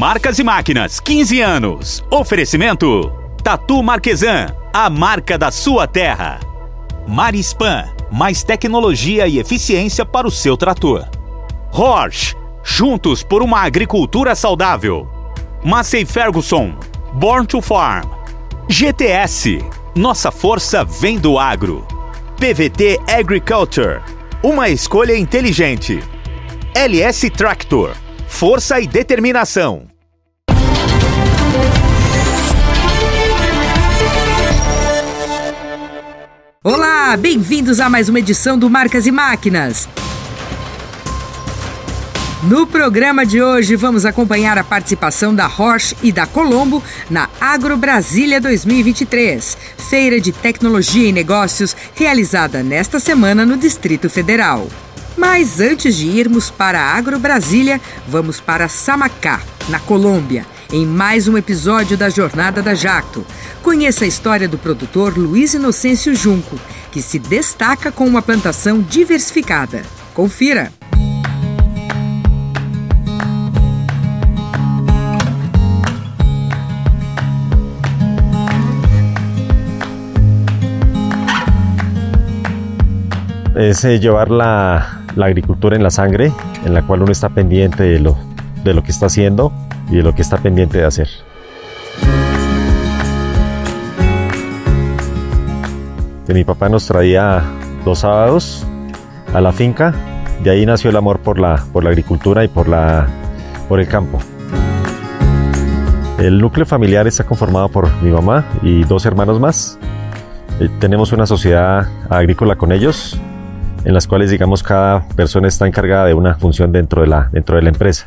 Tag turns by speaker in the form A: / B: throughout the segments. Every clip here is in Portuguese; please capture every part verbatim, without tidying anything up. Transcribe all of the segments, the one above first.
A: Marcas e Máquinas, quinze anos. Oferecimento Tatu Marquesan, a marca da sua terra. Marispan, mais tecnologia e eficiência para o seu trator. Horsch, juntos por uma agricultura saudável. Massey Ferguson, Born to Farm. G T S, nossa força vem do agro. P V T Agriculture, uma escolha inteligente. L S Tractor, força e determinação.
B: Olá, bem-vindos a mais uma edição do Marcas e Máquinas. No programa de hoje, vamos acompanhar a participação da Horsch e da Colombo na Agro Brasília dois mil e vinte e três, feira de tecnologia e negócios realizada nesta semana no Distrito Federal. Mas antes de irmos para a Agro Brasília, vamos para Samacá, na Colômbia, em mais um episódio da Jornada da Jacto. Conheça a história do produtor Luiz Inocêncio Junco, que se destaca com uma plantação diversificada. Confira!
C: Es eh, llevar la, la agricultura en la sangre, en la cual uno está pendiente de lo, de lo que está haciendo y de lo que está pendiente de hacer. Que mi papá nos traía los sábados a la finca, de ahí nació el amor por la, por la agricultura y por, la, por el campo. El núcleo familiar está conformado por mi mamá y dos hermanos más. Eh, tenemos una sociedad agrícola con ellos, en las cuales, digamos, cada persona está encargada de una función dentro de la, dentro de la empresa.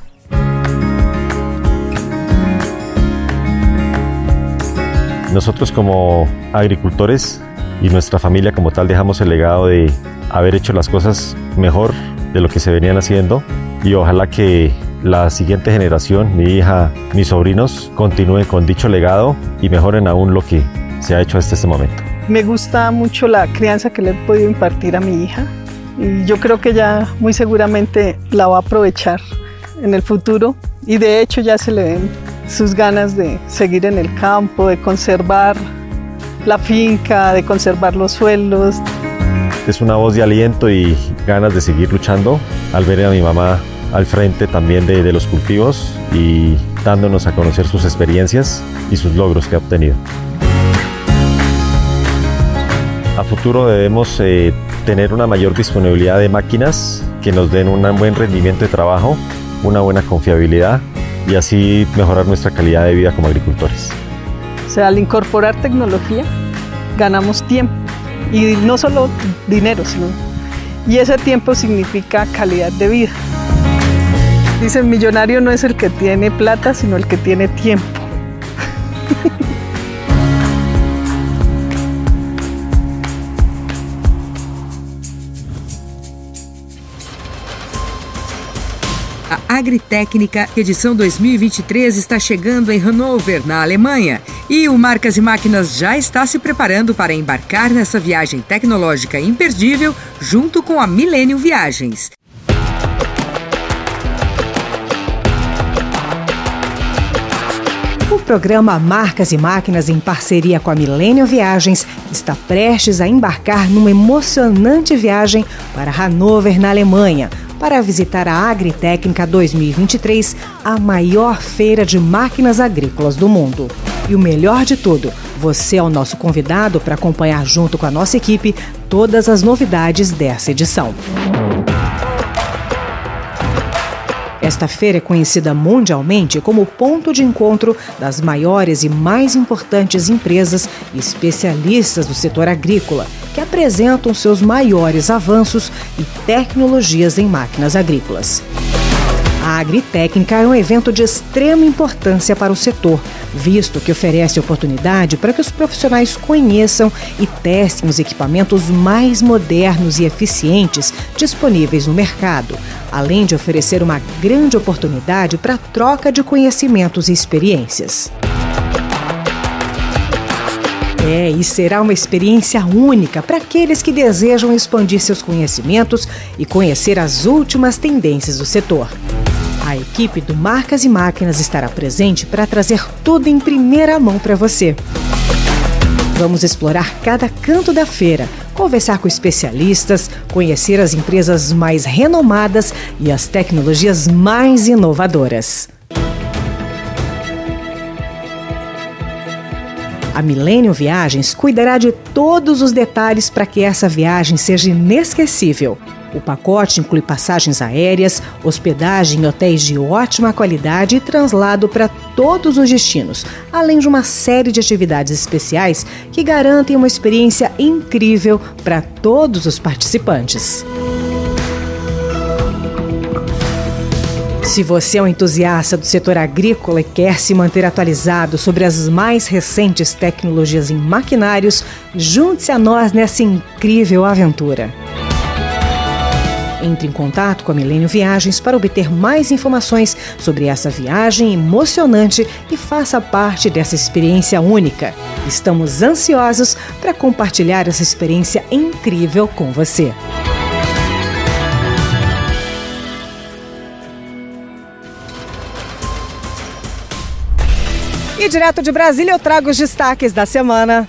C: Nosotros como agricultores y nuestra familia como tal dejamos el legado de haber hecho las cosas mejor de lo que se venían haciendo, y ojalá que la siguiente generación, mi hija, mis sobrinos, continúen con dicho legado y mejoren aún lo que se ha hecho hasta este momento.
D: Me gusta mucho la crianza que le he podido impartir a mi hija, y yo creo que ella muy seguramente la va a aprovechar en el futuro, y de hecho ya se le ven sus ganas de seguir en el campo, de conservar la finca, de conservar los suelos.
C: Es una voz de aliento y ganas de seguir luchando al ver a mi mamá al frente también de, de los cultivos y dándonos a conocer sus experiencias y sus logros que ha obtenido. A futuro debemos eh, tener una mayor disponibilidad de máquinas que nos den un buen rendimiento de trabajo, una buena confiabilidad y así mejorar nuestra calidad de vida como agricultores.
D: O sea, al incorporar tecnología ganamos tiempo, y no solo dinero, sino, y ese tiempo significa calidad de vida. Dicen, millonario no es el que tiene plata, sino el que tiene tiempo.
B: A Agritécnica, edição dois mil e vinte e três, está chegando em Hannover, na Alemanha. E o Marcas e Máquinas já está se preparando para embarcar nessa viagem tecnológica imperdível junto com a Millennium Viagens.
E: O programa Marcas e Máquinas, em parceria com a Millennium Viagens, está prestes a embarcar numa emocionante viagem para Hannover, na Alemanha, para visitar a Agritécnica dois mil e vinte e três, a maior feira de máquinas agrícolas do mundo. E o melhor de tudo, você é o nosso convidado para acompanhar junto com a nossa equipe todas as novidades dessa edição. Esta feira é conhecida mundialmente como o ponto de encontro das maiores e mais importantes empresas e especialistas do setor agrícola, que apresentam seus maiores avanços e tecnologias em máquinas agrícolas. A Agritécnica é um evento de extrema importância para o setor, visto que oferece oportunidade para que os profissionais conheçam e testem os equipamentos mais modernos e eficientes disponíveis no mercado, além de oferecer uma grande oportunidade para a troca de conhecimentos e experiências. É, e será uma experiência única para aqueles que desejam expandir seus conhecimentos e conhecer as últimas tendências do setor. A A equipe do Marcas e Máquinas estará presente para trazer tudo em primeira mão para você. Vamos explorar cada canto da feira, conversar com especialistas, conhecer as empresas mais renomadas e as tecnologias mais inovadoras. A Millennium Viagens cuidará de todos os detalhes para que essa viagem seja inesquecível. O pacote inclui passagens aéreas, hospedagem em hotéis de ótima qualidade e translado para todos os destinos, além de uma série de atividades especiais que garantem uma experiência incrível para todos os participantes. Se você é um entusiasta do setor agrícola e quer se manter atualizado sobre as mais recentes tecnologias em maquinários, junte-se a nós nessa incrível aventura. Entre em contato com a Millennium Viagens para obter mais informações sobre essa viagem emocionante e faça parte dessa experiência única. Estamos ansiosos para compartilhar essa experiência incrível com você. E direto de Brasília eu trago os destaques da semana.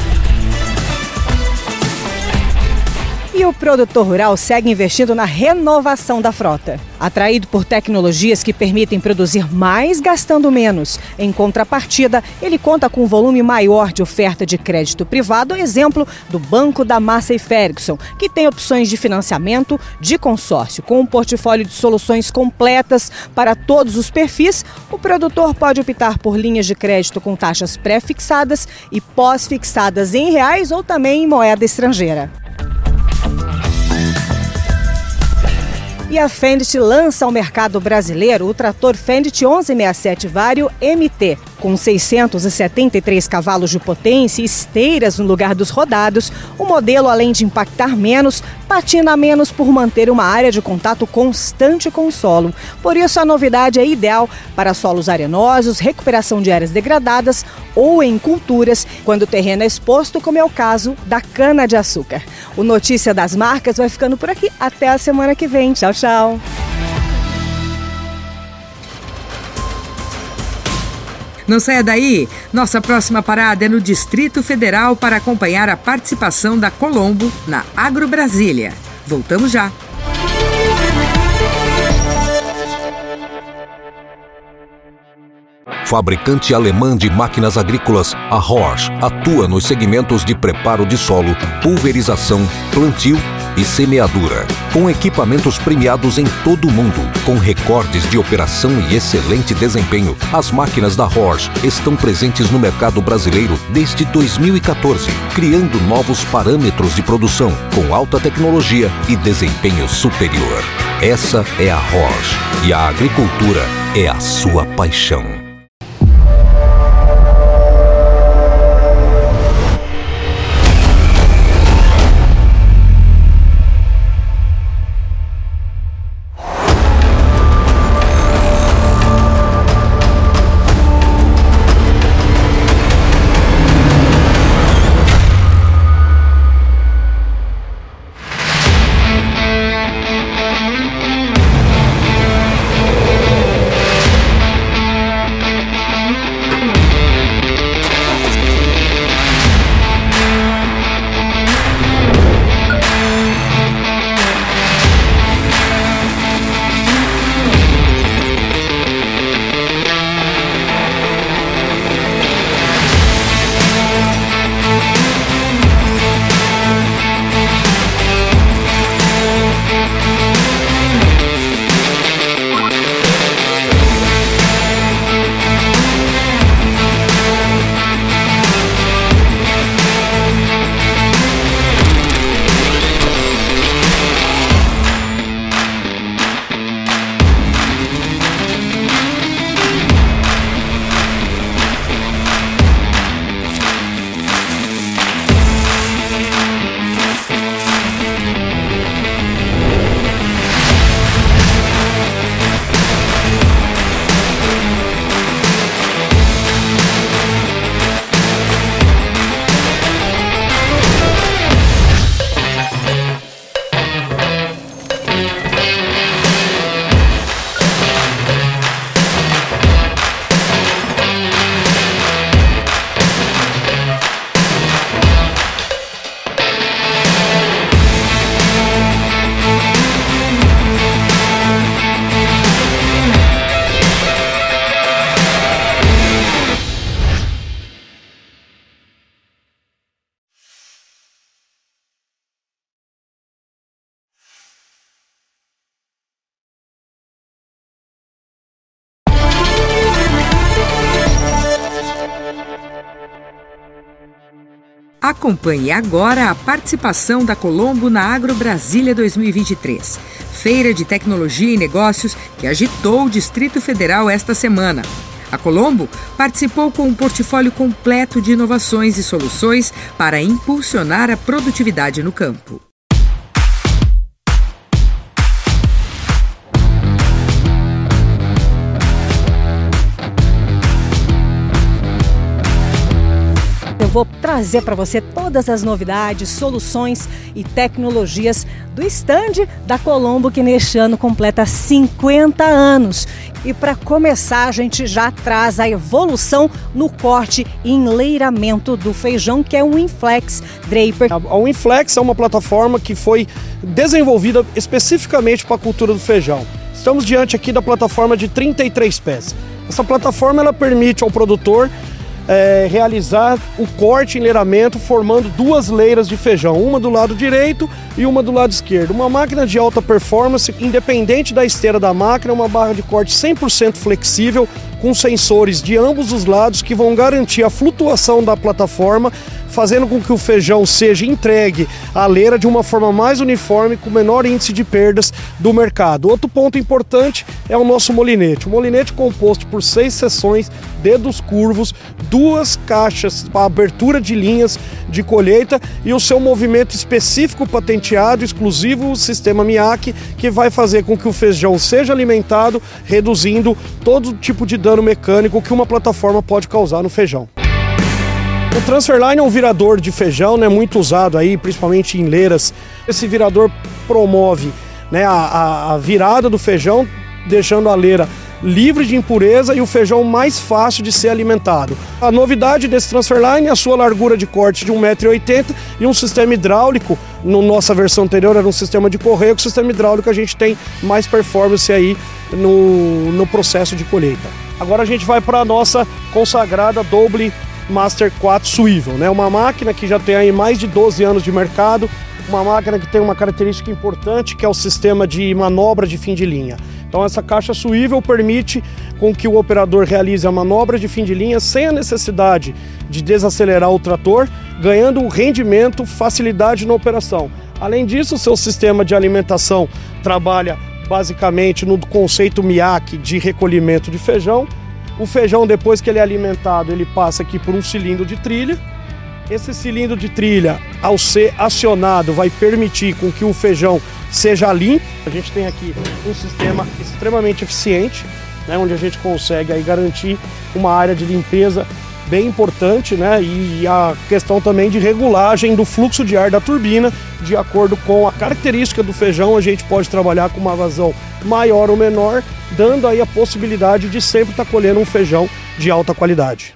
E: E o produtor rural segue investindo na renovação da frota. Atraído por tecnologias que permitem produzir mais gastando menos. Em contrapartida, ele conta com um volume maior de oferta de crédito privado, exemplo do Banco da Massey Ferguson, que tem opções de financiamento de consórcio. Com um portfólio de soluções completas para todos os perfis, o produtor pode optar por linhas de crédito com taxas pré-fixadas e pós-fixadas em reais ou também em moeda estrangeira. E a Fendt lança ao mercado brasileiro o trator Fendt onze sessenta e sete Vario M T. Com seiscentos e setenta e três cavalos de potência e esteiras no lugar dos rodados, o modelo, além de impactar menos, patina menos por manter uma área de contato constante com o solo. Por isso, a novidade é ideal para solos arenosos, recuperação de áreas degradadas ou em culturas, quando o terreno é exposto, como é o caso da cana-de-açúcar. O Notícia das Marcas vai ficando por aqui. Até a semana que vem. Tchau, tchau.
B: Não saia daí! Nossa próxima parada é no Distrito Federal para acompanhar a participação da Colombo na Agro Brasília. Voltamos já!
F: Fabricante alemã de máquinas agrícolas, a Horsch atua nos segmentos de preparo de solo, pulverização, plantio e semeadura, com equipamentos premiados em todo o mundo, com recordes de operação e excelente desempenho. As máquinas da Horsch estão presentes no mercado brasileiro desde dois mil e quatorze, criando novos parâmetros de produção, com alta tecnologia e desempenho superior. Essa é a Horsch, e a agricultura é a sua paixão.
B: Acompanhe agora a participação da Colombo na Agro Brasília dois mil e vinte e três, feira de tecnologia e negócios que agitou o Distrito Federal esta semana. A Colombo participou com um portfólio completo de inovações e soluções para impulsionar a produtividade no campo.
E: Eu vou trazer para você todas as novidades, soluções e tecnologias do stand da Colombo, que neste ano completa cinquenta anos. E para começar, a gente já traz a evolução no corte e enleiramento do feijão, que é o Winflex Draper.
G: A Winflex é uma plataforma que foi desenvolvida especificamente para a cultura do feijão. Estamos diante aqui da plataforma de trinta e três pés. Essa plataforma ela permite ao produtor É, realizar o corte e enleiramento formando duas leiras de feijão, uma do lado direito e uma do lado esquerdo. Uma máquina de alta performance, independente da esteira da máquina, uma barra de corte cem por cento flexível, com sensores de ambos os lados que vão garantir a flutuação da plataforma, fazendo com que o feijão seja entregue à leira de uma forma mais uniforme, com menor índice de perdas do mercado. Outro ponto importante é o nosso molinete. O molinete composto por seis seções, dedos curvos, duas caixas para abertura de linhas de colheita e o seu movimento específico patenteado, exclusivo, o sistema M I A C, que vai fazer com que o feijão seja alimentado, reduzindo todo tipo de dano mecânico que uma plataforma pode causar no feijão. O Transferline é um virador de feijão, né, muito usado aí, principalmente em leiras. Esse virador promove, né, a, a virada do feijão, deixando a leira livre de impureza e o feijão mais fácil de ser alimentado. A novidade desse Transferline é a sua largura de corte de um metro e oitenta e um sistema hidráulico. Na nossa versão anterior era um sistema de correio, com o sistema hidráulico a gente tem mais performance aí no, no processo de colheita. Agora a gente vai para a nossa consagrada Doble Master quatro Swivel, né? Uma máquina que já tem aí mais de doze anos de mercado, uma máquina que tem uma característica importante, que é o sistema de manobra de fim de linha. Então essa caixa Swivel permite com que o operador realize a manobra de fim de linha sem a necessidade de desacelerar o trator, ganhando rendimento, facilidade na operação. Além disso, o seu sistema de alimentação trabalha basicamente no conceito M I A C de recolhimento de feijão. O feijão, depois que ele é alimentado, ele passa aqui por um cilindro de trilha. Esse cilindro de trilha, ao ser acionado, vai permitir com que o feijão seja limpo. A gente tem aqui um sistema extremamente eficiente, né, onde a gente consegue aí garantir uma área de limpeza bem importante, né, e a questão também de regulagem do fluxo de ar da turbina. De acordo com a característica do feijão, a gente pode trabalhar com uma vazão maior ou menor, dando aí a possibilidade de sempre estar colhendo um feijão de alta qualidade.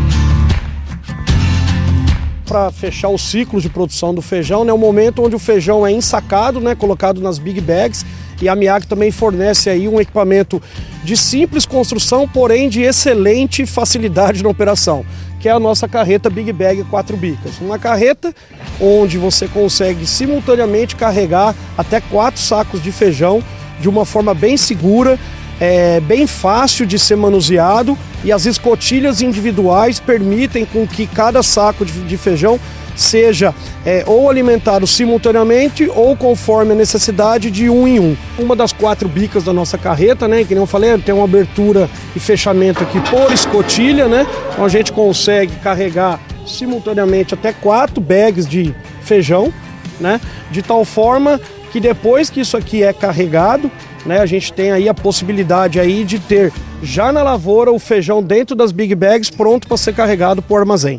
G: Para fechar o ciclo de produção do feijão, né, o momento onde o feijão é ensacado, né, colocado nas big bags, e a M I A C também fornece aí um equipamento de simples construção, porém de excelente facilidade na operação, que é a nossa carreta Big Bag quatro bicas. Uma carreta onde você consegue simultaneamente carregar até quatro sacos de feijão de uma forma bem segura, é bem fácil de ser manuseado, e as escotilhas individuais permitem com que cada saco de, de feijão seja é, ou alimentado simultaneamente ou conforme a necessidade de um em um. Uma das quatro bicas da nossa carreta, né, que nem eu falei, tem uma abertura e fechamento aqui por escotilha, né, então a gente consegue carregar simultaneamente até quatro bags de feijão, né, de tal forma que depois que isso aqui é carregado, né, a gente tem aí a possibilidade aí de ter já na lavoura o feijão dentro das big bags pronto para ser carregado para o armazém.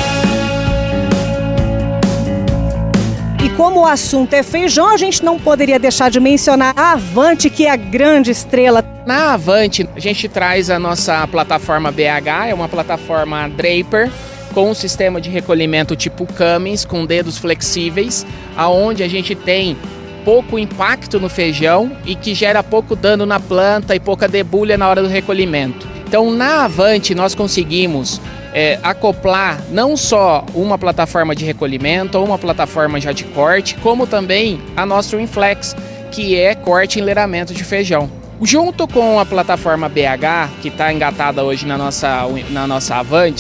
E: E como o assunto é feijão, a gente não poderia deixar de mencionar a Avante, que é a grande estrela.
H: Na Avante, a gente traz a nossa plataforma B H, é uma plataforma Draper, com um sistema de recolhimento tipo Cummins, com dedos flexíveis, aonde a gente tem pouco impacto no feijão e que gera pouco dano na planta e pouca debulha na hora do recolhimento. Então, na Avante, nós conseguimos é, acoplar não só uma plataforma de recolhimento ou uma plataforma já de corte, como também a nossa Winflex, que é corte e enleiramento de feijão. Junto com a plataforma B H, que está engatada hoje na nossa, na nossa Avante,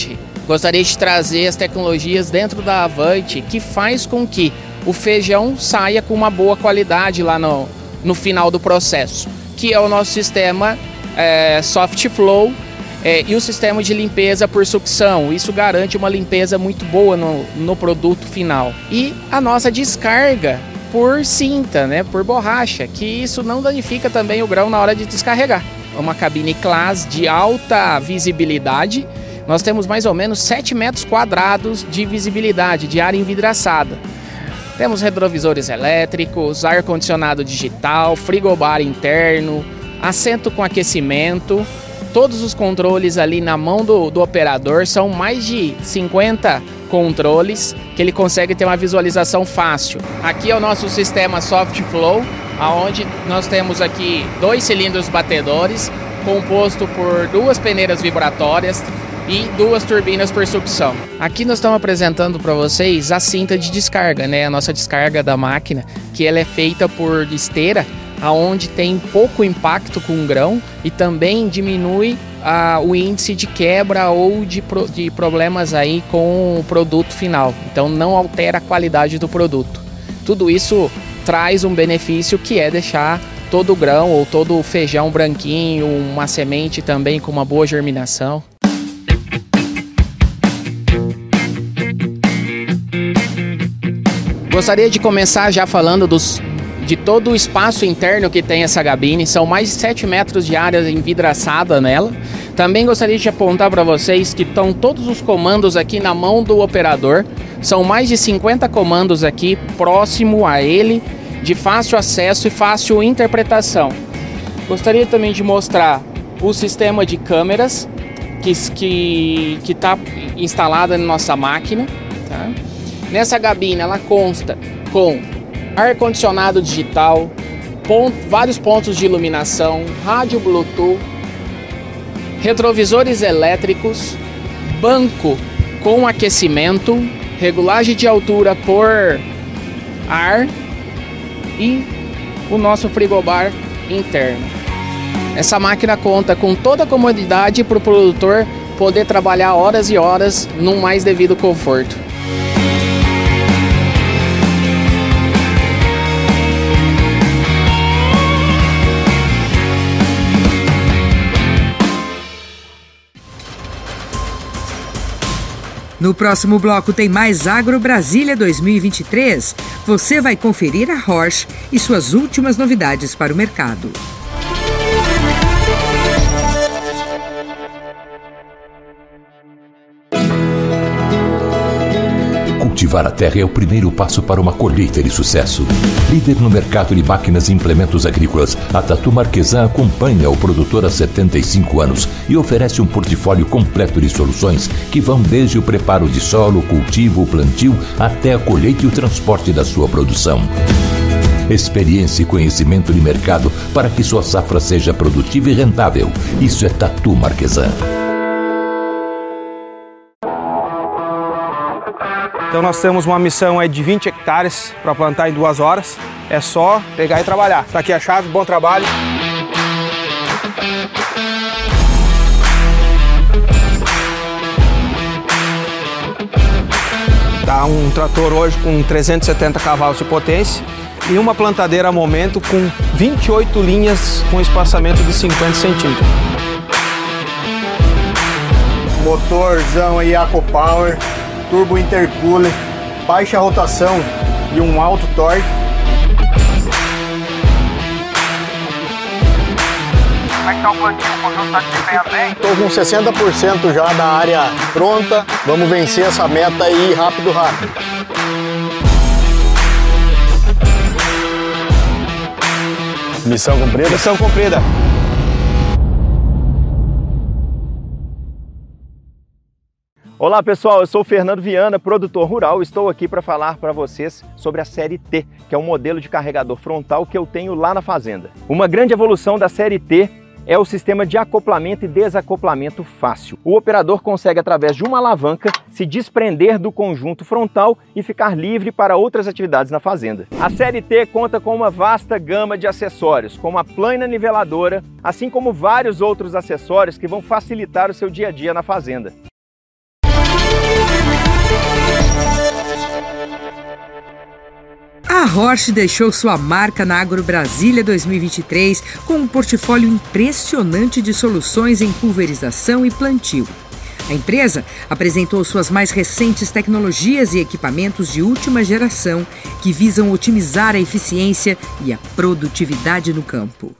H: gostaria de trazer as tecnologias dentro da Avante que faz com que o feijão saia com uma boa qualidade lá no, no final do processo, que é o nosso sistema é, Soft Flow é, e o sistema de limpeza por sucção. Isso garante uma limpeza muito boa no, no produto final. E a nossa descarga por cinta, né, por borracha, que isso não danifica também o grão na hora de descarregar. Uma cabine Class de alta visibilidade. Nós temos mais ou menos sete metros quadrados de visibilidade, de área envidraçada. Temos retrovisores elétricos, ar-condicionado digital, frigobar interno, assento com aquecimento. Todos os controles ali na mão do, do operador, são mais de cinquenta controles que ele consegue ter uma visualização fácil. Aqui é o nosso sistema Soft Flow, onde nós temos aqui dois cilindros batedores, composto por duas peneiras vibratórias e duas turbinas por sucção. Aqui nós estamos apresentando para vocês a cinta de descarga, né? A nossa descarga da máquina, que ela é feita por esteira, aonde tem pouco impacto com o grão e também diminui ah, o índice de quebra ou de, pro, de problemas aí com o produto final. Então não altera a qualidade do produto. Tudo isso traz um benefício, que é deixar todo o grão ou todo o feijão branquinho, uma semente também com uma boa germinação. Gostaria de começar já falando dos, de todo o espaço interno que tem essa cabine. São mais de sete metros de área envidraçada nela. Também gostaria de apontar para vocês que estão todos os comandos aqui na mão do operador. São mais de cinquenta comandos aqui próximo a ele, de fácil acesso e fácil interpretação. Gostaria também de mostrar o sistema de câmeras que que que está instalada na nossa máquina, tá? Nessa cabine ela consta com ar-condicionado digital, ponto, vários pontos de iluminação, rádio Bluetooth, retrovisores elétricos, banco com aquecimento, regulagem de altura por ar e o nosso frigobar interno. Essa máquina conta com toda a comodidade para o produtor poder trabalhar horas e horas num mais devido conforto.
B: No próximo bloco tem mais Agro Brasília dois mil e vinte e três. Você vai conferir a Horsch e suas últimas novidades para o mercado.
F: Cultivar a terra é o primeiro passo para uma colheita de sucesso. Líder no mercado de máquinas e implementos agrícolas, a Tatu Marquesan acompanha o produtor há setenta e cinco anos e oferece um portfólio completo de soluções que vão desde o preparo de solo, cultivo, plantio, até a colheita e o transporte da sua produção. Experiência e conhecimento de mercado para que sua safra seja produtiva e rentável. Isso é Tatu Marquesan.
I: Então nós temos uma missão aí de vinte hectares para plantar em duas horas. É só pegar e trabalhar. Tá aqui a chave, bom trabalho. Tá um trator hoje com trezentos e setenta cavalos de potência e uma plantadeira a momento com vinte e oito linhas com espaçamento de cinquenta centímetros.
J: Motorzão aí AquaPower, turbo intercooler, baixa rotação e um alto torque.
K: Como é que tá o plantio? O conjunto tá desempenhando bem?
J: Estou com sessenta por cento já da área pronta. Vamos vencer essa meta aí rápido, rápido. Missão cumprida?
I: Missão cumprida.
L: Olá pessoal, eu sou o Fernando Viana, produtor rural. Estou aqui para falar para vocês sobre a série T, que é um modelo de carregador frontal que eu tenho lá na fazenda. Uma grande evolução da série T é o sistema de acoplamento e desacoplamento fácil. O operador consegue, através de uma alavanca, se desprender do conjunto frontal e ficar livre para outras atividades na fazenda. A série T conta com uma vasta gama de acessórios, como a plana niveladora, assim como vários outros acessórios que vão facilitar o seu dia a dia na fazenda.
B: A Horsch deixou sua marca na Agro Brasília dois mil e vinte e três com um portfólio impressionante de soluções em pulverização e plantio. A empresa apresentou suas mais recentes tecnologias e equipamentos de última geração que visam otimizar a eficiência e a produtividade no campo.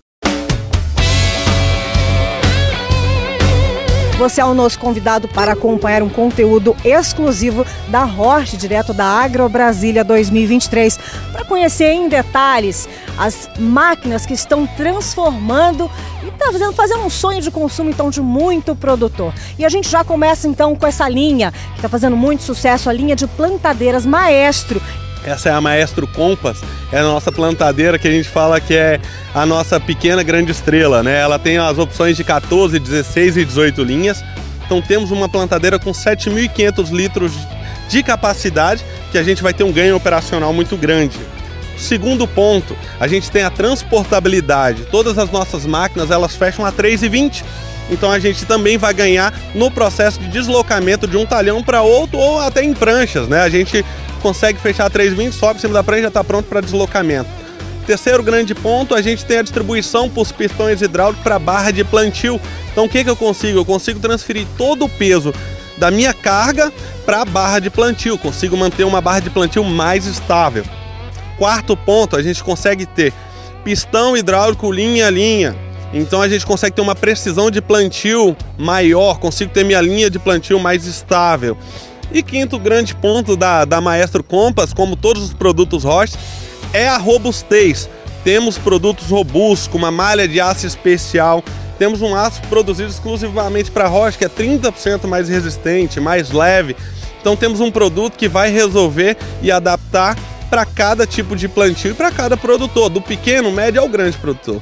E: Você é o nosso convidado para acompanhar um conteúdo exclusivo da Horsch, direto da Agro Brasília dois mil e vinte e três, para conhecer em detalhes as máquinas que estão transformando e está fazendo, fazendo um sonho de consumo então de muito produtor. E a gente já começa então com essa linha que está fazendo muito sucesso, a linha de plantadeiras Maestro.
M: Essa é a Maestro Compass, é a nossa plantadeira que a gente fala que é a nossa pequena grande estrela, né? Ela tem as opções de quatorze, dezesseis e dezoito linhas. Então temos uma plantadeira com sete mil e quinhentos litros de capacidade, que a gente vai ter um ganho operacional muito grande. Segundo ponto, a gente tem a transportabilidade. Todas as nossas máquinas, elas fecham a três e vinte. Então a gente também vai ganhar no processo de deslocamento de um talhão para outro ou até em pranchas, né? A gente consegue fechar a três e vinte, sobe em cima da prancha e já está pronto para deslocamento. Terceiro grande ponto, a gente tem a distribuição por pistões hidráulicos para barra de plantio. Então o que, que eu consigo? Eu consigo transferir todo o peso da minha carga para a barra de plantio, consigo manter uma barra de plantio mais estável. Quarto ponto, a gente consegue ter pistão hidráulico linha a linha. Então a gente consegue ter uma precisão de plantio maior, consigo ter minha linha de plantio mais estável. E quinto grande ponto da, da Maestro Compass, como todos os produtos Horsch, é a robustez. Temos produtos robustos, com uma malha de aço especial. Temos um aço produzido exclusivamente para Horsch, que é trinta por cento mais resistente, mais leve. Então temos um produto que vai resolver e adaptar para cada tipo de plantio e para cada produtor, do pequeno, médio ao grande produtor.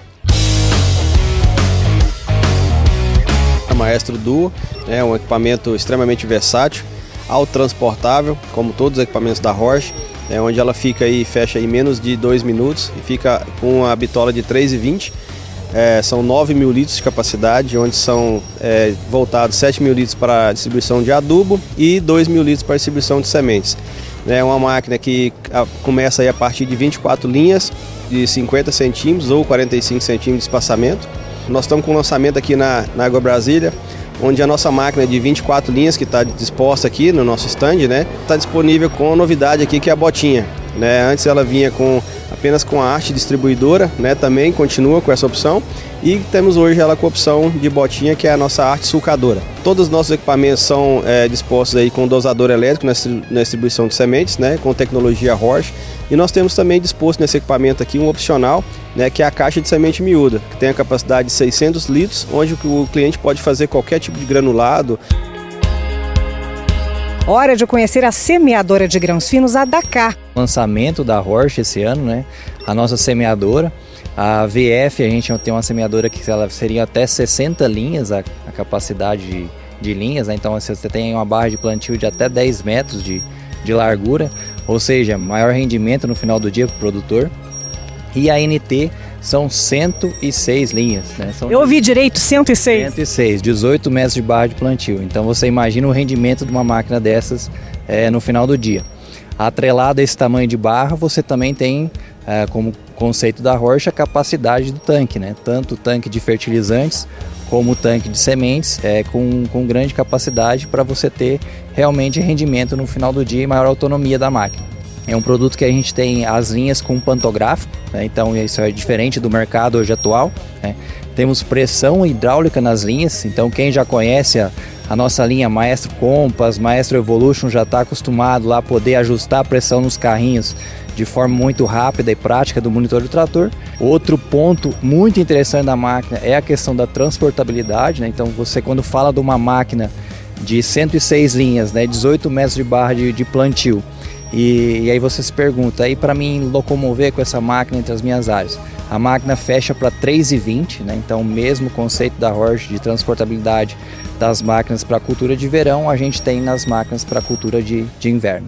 I: A Maestro Duo é um equipamento extremamente versátil, autotransportável, como todos os equipamentos da Horsch, é onde ela fica aí, fecha em menos de dois minutos e fica com uma bitola de três e vinte. É, são nove mil litros de capacidade, onde são é, voltados sete mil litros para a distribuição de adubo e dois mil litros para a distribuição de sementes. É uma máquina que a, começa aí a partir de vinte e quatro linhas de cinquenta centímetros ou quarenta e cinco centímetros de espaçamento. Nós estamos com um lançamento aqui na, na Agro Brasília, onde a nossa máquina de vinte e quatro linhas, que está disposta aqui no nosso stand, né, está disponível com a novidade aqui, que é a botinha. Né? Antes ela vinha com, apenas com a haste distribuidora, né, também continua com essa opção. E temos hoje ela com a opção de botinha, que é a nossa haste sulcadora. Todos os nossos equipamentos são é, dispostos aí com dosador elétrico na, na distribuição de sementes, né, com tecnologia Horsch. E nós temos também disposto nesse equipamento aqui um opcional, né, que é a caixa de semente miúda, que tem a capacidade de seiscentos litros, onde o cliente pode fazer qualquer tipo de granulado.
E: Hora de conhecer a semeadora de grãos finos, a Dakar.
N: Lançamento da Horsch esse ano, né? A nossa semeadora. A V F, a gente tem uma semeadora que ela seria até sessenta linhas, a, a capacidade de, de linhas, né? Então você tem uma barra de plantio de até dez metros de, de largura, ou seja, maior rendimento no final do dia para o produtor. E a N T são cento e seis linhas, né? São
E: Eu ouvi direito, cento e seis.
N: cento e seis, dezoito metros de barra de plantio. Então você imagina o rendimento de uma máquina dessas é, no final do dia. Atrelado a esse tamanho de barra, você também tem é, como conceito da Horsch a capacidade do tanque, né? Tanto o tanque de fertilizantes como o tanque de sementes, é, com, com grande capacidade para você ter realmente rendimento no final do dia e maior autonomia da máquina. É um produto que a gente tem as linhas com pantográfico, né? Então isso é diferente do mercado hoje atual, né? Temos pressão hidráulica nas linhas, então quem já conhece a, a nossa linha Maestro Compass, Maestro Evolution já está acostumado lá a poder ajustar a pressão nos carrinhos de forma muito rápida e prática do monitor do trator. Outro ponto muito interessante da máquina é a questão da transportabilidade, né? Então você, quando fala de uma máquina de cento e seis linhas, né, dezoito metros de barra de, de plantio, E, e aí você se pergunta, aí para mim locomover com essa máquina entre as minhas áreas, a máquina fecha para três e vinte, né? Então o mesmo conceito da Horsch de transportabilidade das máquinas para cultura de verão, a gente tem nas máquinas para cultura de, de inverno.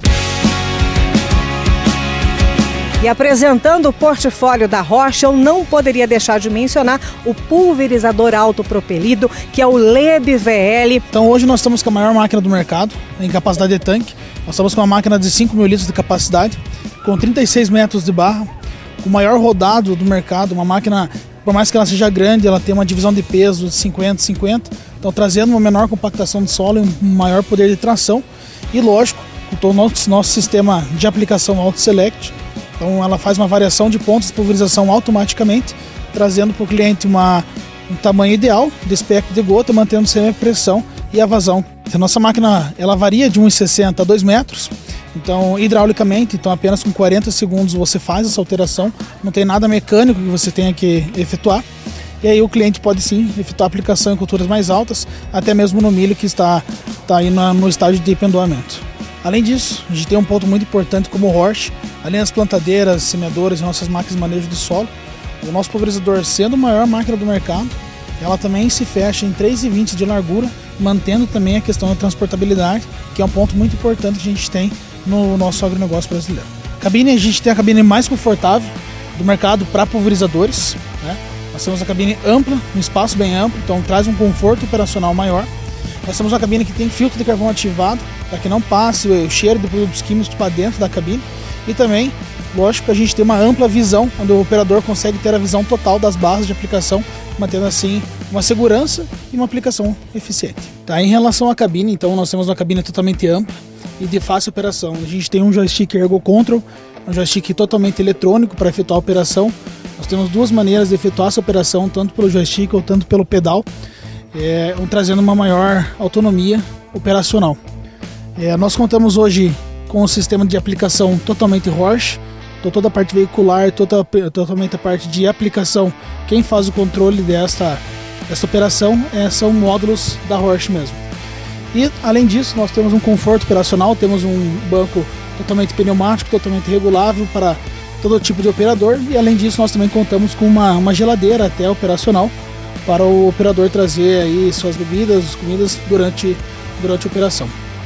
E: E apresentando o portfólio da Horsch, eu não poderia deixar de mencionar o pulverizador autopropelido, que é o Leb V L.
O: Então hoje nós estamos com a maior máquina do mercado em capacidade de tanque. Nós estamos com uma máquina de cinco mil litros de capacidade. com trinta e seis metros de barra, com o maior rodado do mercado, uma máquina, por mais que ela seja grande, ela tem uma divisão de peso de cinquenta a cinquenta, então trazendo uma menor compactação de solo e um maior poder de tração. E lógico, com o nosso, nosso sistema de aplicação Auto Select, então ela faz uma variação de pontos de pulverização automaticamente, trazendo para o cliente uma, um tamanho ideal de espectro de gota, mantendo sempre a pressão e a vazão. A nossa máquina ela varia de um metro e sessenta a dois metros, então hidraulicamente, então apenas com quarenta segundos você faz essa alteração, não tem nada mecânico que você tenha que efetuar. E aí o cliente pode sim efetuar a aplicação em culturas mais altas, até mesmo no milho que está, está aí no, no estágio de pendoamento. Além disso, a gente tem um ponto muito importante como o Horsch, além das plantadeiras, semeadoras e nossas máquinas de manejo de solo, o nosso pulverizador, sendo a maior máquina do mercado, ela também se fecha em três metros e vinte de largura, mantendo também a questão da transportabilidade, que é um ponto muito importante que a gente tem no nosso agronegócio brasileiro. Cabine, a gente tem a cabine mais confortável do mercado para pulverizadores, né? Nós temos a cabine ampla, um espaço bem amplo, então traz um conforto operacional maior. Nós temos uma cabine que tem filtro de carvão ativado, para que não passe o cheiro de produtos químicos para dentro da cabine. E também, lógico, a gente tem uma ampla visão, onde o operador consegue ter a visão total das barras de aplicação, mantendo assim uma segurança e uma aplicação eficiente. Tá, em relação à cabine, então nós temos uma cabine totalmente ampla e de fácil operação. A gente tem um joystick Ergo Control, um joystick totalmente eletrônico para efetuar a operação. Nós temos duas maneiras de efetuar essa operação, tanto pelo joystick ou tanto pelo pedal, é, trazendo uma maior autonomia operacional. É, nós contamos hoje com o sistema de aplicação totalmente Horsch, então toda a parte veicular, toda, totalmente a parte de aplicação. Quem faz o controle desta, desta operação é, são módulos da Horsch mesmo. E além disso, nós temos um conforto operacional, temos um banco totalmente pneumático, totalmente regulável para todo tipo de operador, e além disso nós também contamos com uma, uma geladeira até operacional para o operador trazer aí suas bebidas, comidas durante, durante a operação.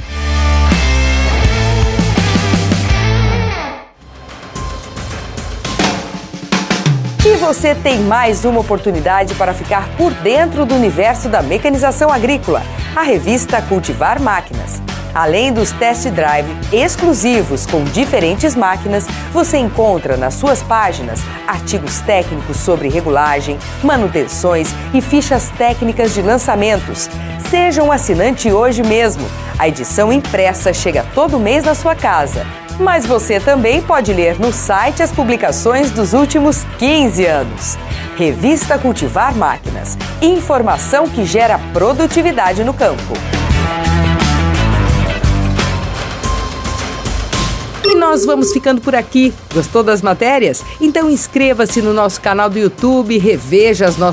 B: E você tem mais uma oportunidade para ficar por dentro do universo da mecanização agrícola, a revista Cultivar Máquinas. Além dos test drive exclusivos com diferentes máquinas, você encontra nas suas páginas artigos técnicos sobre regulagem, manutenções e fichas técnicas de lançamentos. Seja um assinante hoje mesmo. A edição impressa chega todo mês na sua casa. Mas você também pode ler no site as publicações dos últimos quinze anos. Revista Cultivar Máquinas. Informação que gera produtividade no campo. E nós vamos ficando por aqui. Gostou das matérias? Então inscreva-se no nosso canal do YouTube, reveja as nossas